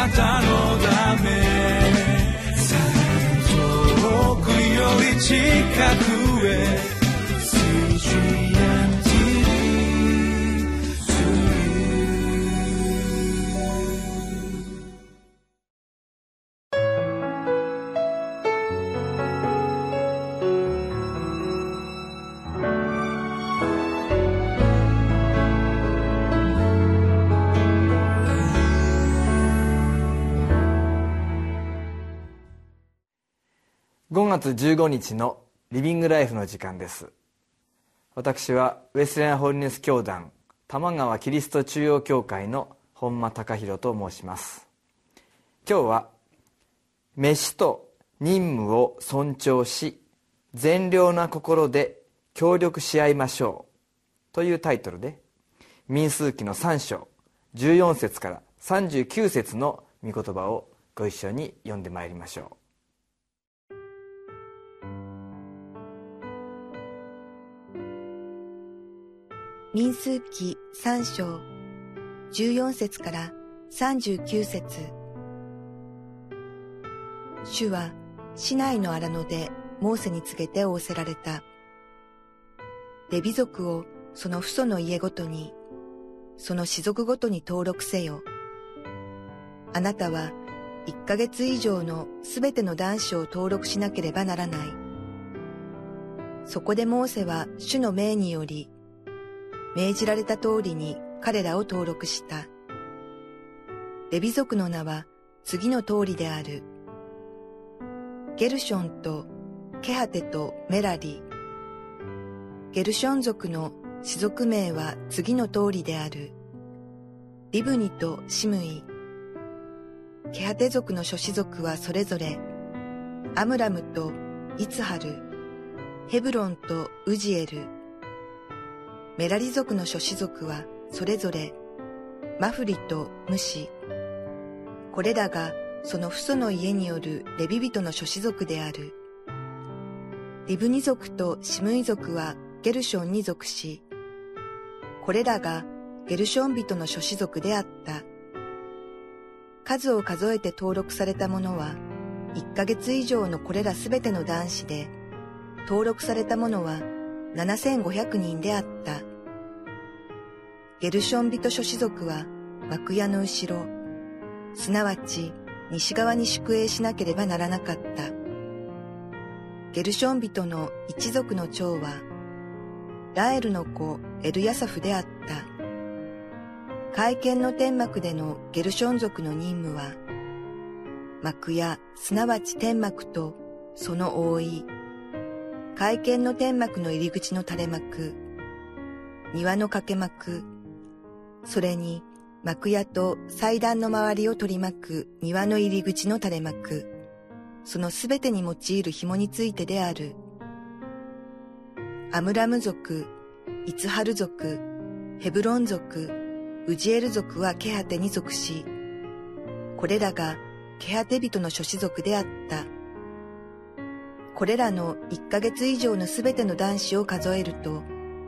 なたのため遠くより近くへ 5月15日のリビングライフの時間です。私はウェスレアンホリネス教団玉川キリスト中央教会の本間隆弘と申します。今日は召しと任務を尊重し善良な心で協力し合いましょうというタイトルで民数記の3章14節から39節の御言葉をご一緒に読んでまいりましょう。 民数記3章14節から39節。主はシナイの荒野でモーセに告げて仰せられた。レビ族をその父祖の家ごとに、その氏族ごとに登録せよ。あなたは1ヶ月以上のすべての男子を登録しなければならない。そこでモーセは主の命により、命じられた通りに彼らを登録した。レビ族の名は次の通りである。ゲルションとケハテとメラリ。ゲルション族の氏族名は次の通りである。リブニとシムイ。ケハテ族の諸氏族はそれぞれ、アムラムとイツハル、ヘブロンとウジエル。メラリ族の諸氏族はそれぞれマフリとムシ。これらがその父祖の家によるレビ人の諸氏族である。リブニ族とシムイ族はゲルションに属し、これらがゲルション人の諸氏族であった。数を数えて登録された者は1ヶ月以上のこれらすべての男子で、登録された者は7500人であった。ゲルション人諸氏族は幕屋の後ろ、すなわち西側に宿営しなければならなかった。ゲルション人の一族の長は、ラエルの子エルヤサフであった。会見の天幕でのゲルション族の任務は、幕屋すなわち天幕とその覆い、会見の天幕の入り口の垂れ幕、庭の掛け幕、それに幕屋と祭壇の周りを取り巻く庭の入り口の垂れ幕、そのすべてに用いる紐についてである。アムラム族、イツハル族、ヘブロン族、ウジエル族はケハテに属し、これらがケハテ人の諸氏族であった。これらの1ヶ月以上のすべての男子を数えると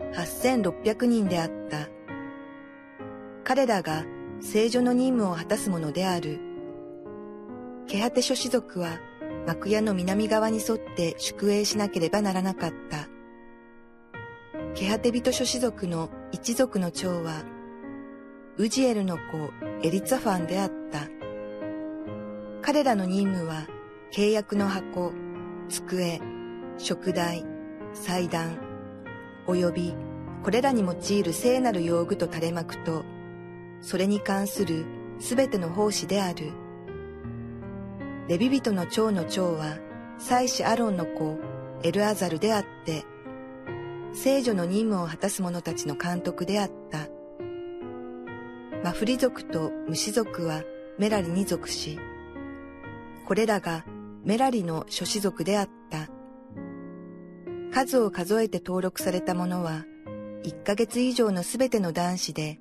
8600人であった。彼らが聖所の任務を果たすものである。ケハテ諸氏族は幕屋の南側に沿って宿営しなければならなかった。ケハテ人諸氏族の一族の長は、ウジエルの子エリツァファンであった。彼らの任務は契約の箱、机、食台、祭壇、およびこれらに用いる聖なる用具と垂れ幕と、それに関するすべての奉仕である。レビ人の長の長は、祭司アロンの子エルアザルであって、聖女の任務を果たす者たちの監督であった。マフリ族とムシ族はメラリに属し、これらがメラリの諸氏族であった。数を数えて登録された者は、1ヶ月以上のすべての男子で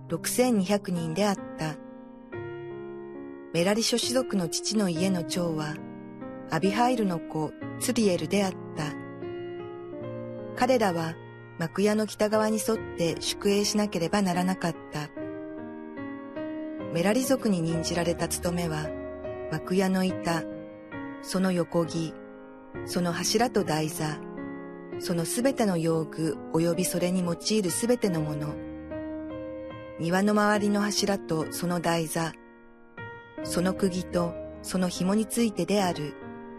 6200人であった。メラリ諸氏族の父の家の長は、アビハイルの子ツリエルであった。彼らは幕屋の北側に沿って宿営しなければならなかった。 メラリ族に任じられた務めは、幕屋の板、その横木、その柱と台座、そのすべての用具及びそれに用いるすべてのもの、庭の周りの柱とその台座、その釘とその紐についてである。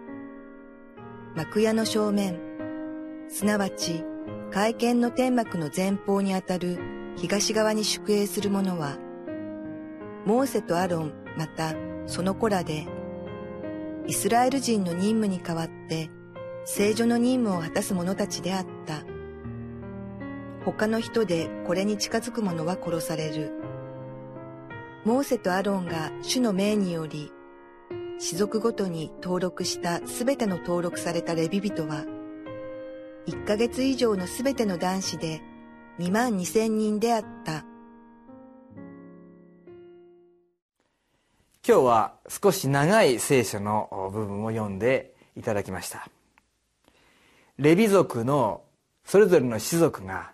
幕屋の正面、すなわち会見の天幕の前方にあたる東側に宿営する者は、モーセとアロンまたその子らで、イスラエル人の任務に代わって聖所の任務を果たす者たちであった。他の人でこれに近づく者は殺される。モーセとアロンが主の命により、氏族ごとに登録したすべての登録されたレビ人は、1ヶ月以上のすべての男子で22,000人であった。 今日は少し長い聖書の部分を読んでいただきました。レビ族のそれぞれの氏族が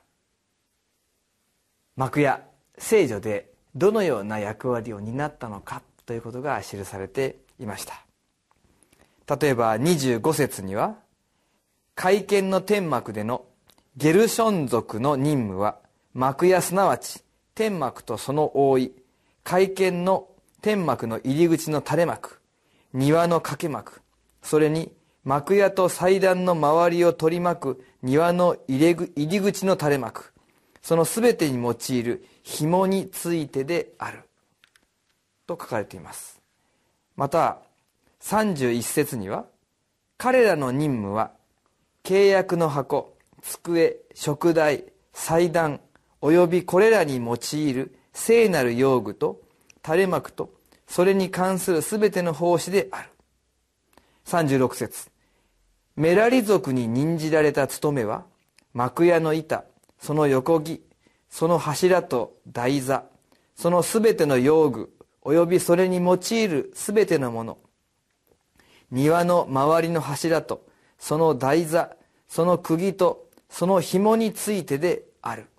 幕屋聖所でどのような役割を担ったのかということが記されていました。例えば25節には、会見の天幕でのゲルション族の任務は、幕屋すなわち天幕とその覆い、会見の天幕の入り口の垂れ幕、庭の掛け幕、それに幕屋と祭壇の周りを取り巻く庭の入り口の垂れ幕、そのすべてに用いる紐についてであると書かれています。また31節には、彼らの任務は契約の箱、机、燭台、祭壇およびこれらに用いる聖なる用具と垂れ幕とそれに関するすべての奉仕である。36節、メラリ族に任じられた務めは、幕屋の板、その横木、その柱と台座、そのすべての用具およびそれに用いるすべてのもの、庭の周りの柱とその台座、その釘とその紐についてである。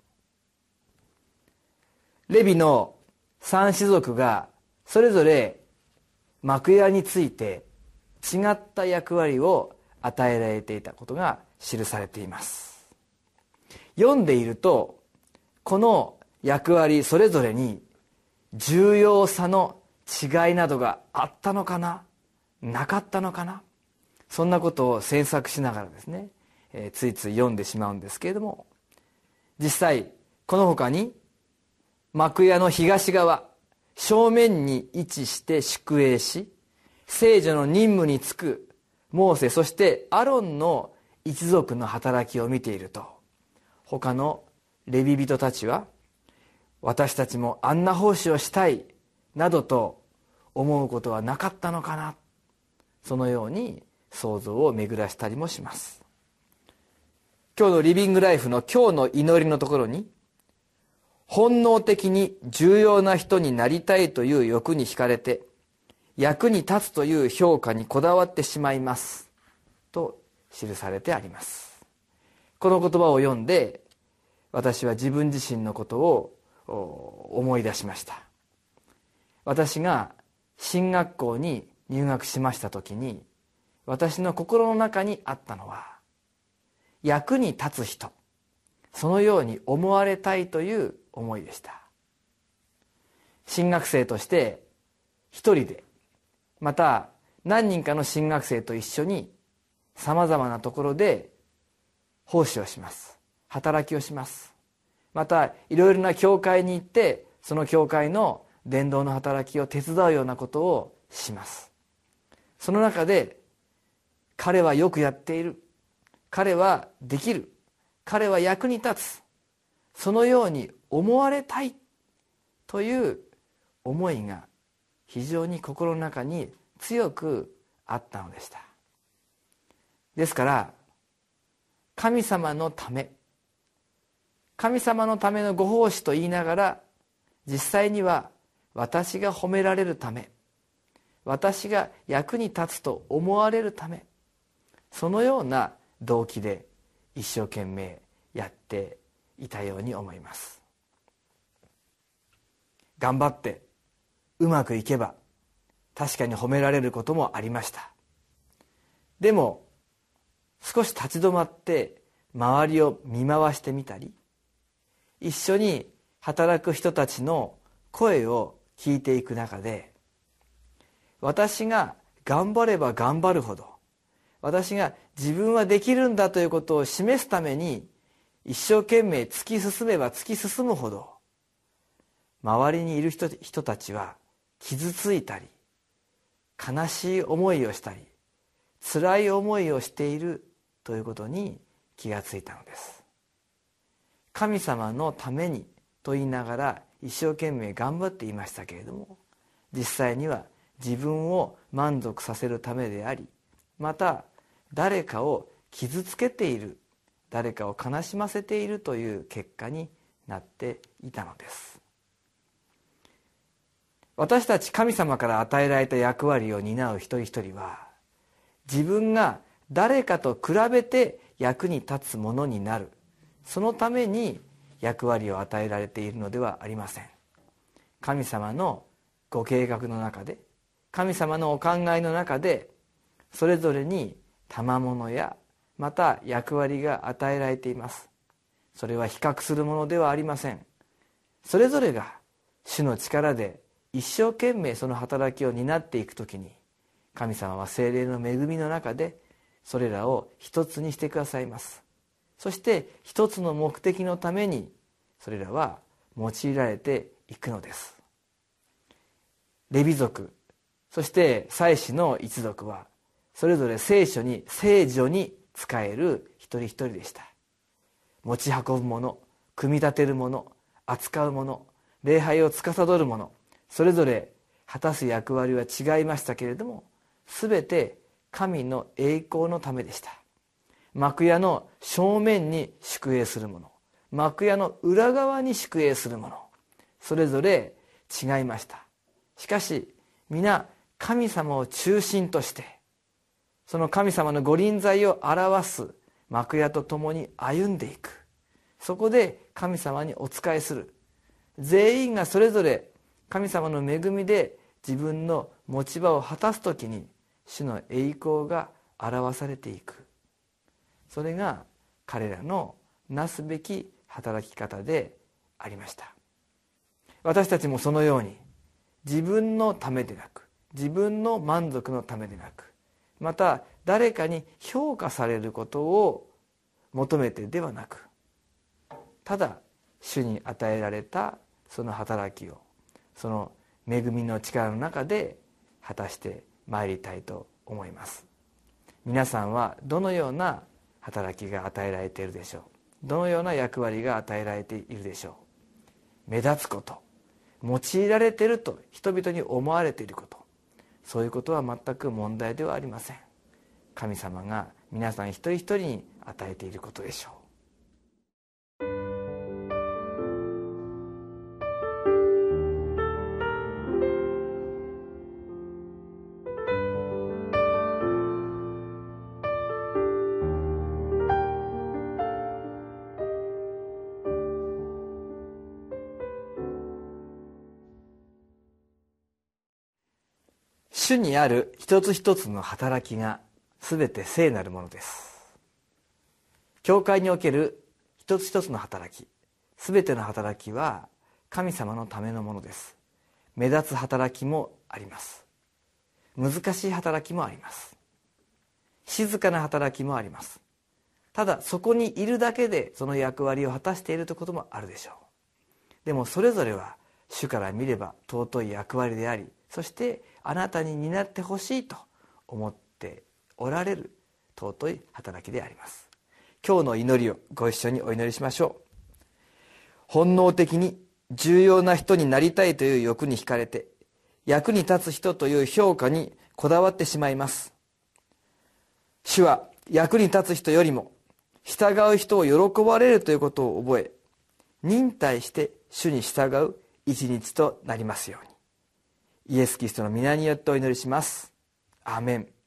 レビの3氏族がそれぞれ幕屋について違った役割を与えられていたことが記されています。読んでいると、この役割それぞれに重要さの違いなどがあったのかな、なかったのかな、そんなことを詮索しながらですね、ついつい読んでしまうんですけれども、実際この他に幕屋の東側正面に位置して宿営し、聖所の任務に就くモーセ、そしてアロンの一族の働きを見ていると、他のレビ人たちは、私たちもあんな奉仕をしたいなどと思うことはなかったのかな、そのように想像を巡らしたりもします。今日のリビングライフの今日の祈りのところに、本能的に重要な人になりたいという欲に惹かれて、役に立つという評価にこだわってしまいますと記されてあります。この言葉を読んで、私は自分自身のことを思い出しました。私が神学校に入学しました時に、私の心の中にあったのは、役に立つ人、そのように思われたいという思いでした。神学生として一人で、また何人かの神学生と一緒にさまざまなところで奉仕をします。働きをします。またいろいろな教会に行って、その教会の伝道の働きを手伝うようなことをします。その中で、彼はよくやっている、彼はできる、彼は役に立つ、そのように思われたいという思いが非常に心の中に強くあったのでした。ですから神様のため、神様のためのご奉仕と言いながら、実際には私が褒められるため、私が役に立つと思われるため、そのような動機で一生懸命やっていたように思います。頑張ってうまくいけば確かに褒められることもありました。でも少し立ち止まって周りを見回してみたり、一緒に働く人たちの声を聞いていく中で、私が頑張れば頑張るほど、私が自分はできるんだということを示すために一生懸命突き進めば突き進むほど、周りにいる人たちは傷ついたり悲しい思いをしたり辛い思いをしているということに気がついたのです。神様のためにと言いながら一生懸命頑張っていましたけれども、実際には自分を満足させるためであり、また誰かを傷つけている、誰かを悲しませているという結果になっていたのです。私たち神様から与えられた役割を担う一人一人は、自分が誰かと比べて役に立つものになる、そのために役割を与えられているのではありません。神様のご計画の中で、神様のお考えの中で、それぞれに賜物やまた役割が与えられています。それは比較するものではありません。それぞれが主の力で一生懸命その働きを担っていくときに、神様は聖霊の恵みの中でそれらを一つにしてくださいます。そして一つの目的のためにそれらは用いられていくのです。レビ族、そして祭司の一族はそれぞれ聖書に聖女に仕える一人一人でした。持ち運ぶもの、組み立てるもの、扱うもの、礼拝を司るもの、それぞれ果たす役割は違いましたけれども、すべて神の栄光のためでした。幕屋の正面に宿営するもの、幕屋の裏側に宿営するもの、それぞれ違いました。しかし皆神様を中心として、その神様の御臨在を表す幕屋と共に歩んでいく。そこで神様にお仕えする。全員がそれぞれ神様の恵みで自分の持ち場を果たすときに主の栄光が表されていく。それが彼らのなすべき働き方でありました。私たちもそのように自分のためでなく、自分の満足のためでなく、また誰かに評価されることを求めてではなく、ただ主に与えられたその働きをその恵みの力の中で果たしてまいりたいと思います。皆さんはどのような働きが与えられているでしょう。どのような役割が与えられているでしょう。目立つこと、用いられていると人々に思われていること、そういうことは全く問題ではありません。神様が皆さん一人一人に与えていることでしょう。主にある一つ一つの働きがすべて聖なるものです。教会における一つ一つの働き、すべての働きは神様のためのものです。目立つ働きもあります。難しい働きもあります。静かな働きもあります。ただそこにいるだけでその役割を果たしているということもあるでしょう。でもそれぞれは主から見れば尊い役割であり、そしてあなたに担ってほしいと思っておられる尊い働きであります。今日の祈りをご一緒にお祈りしましょう。本能的に重要な人になりたいという欲に惹かれて、役に立つ人という評価にこだわってしまいます。主は役に立つ人よりも従う人を喜ばれるということを覚え、忍耐して主に従う一日となりますように。イエス・キリストの皆によってお祈りします。アーメン。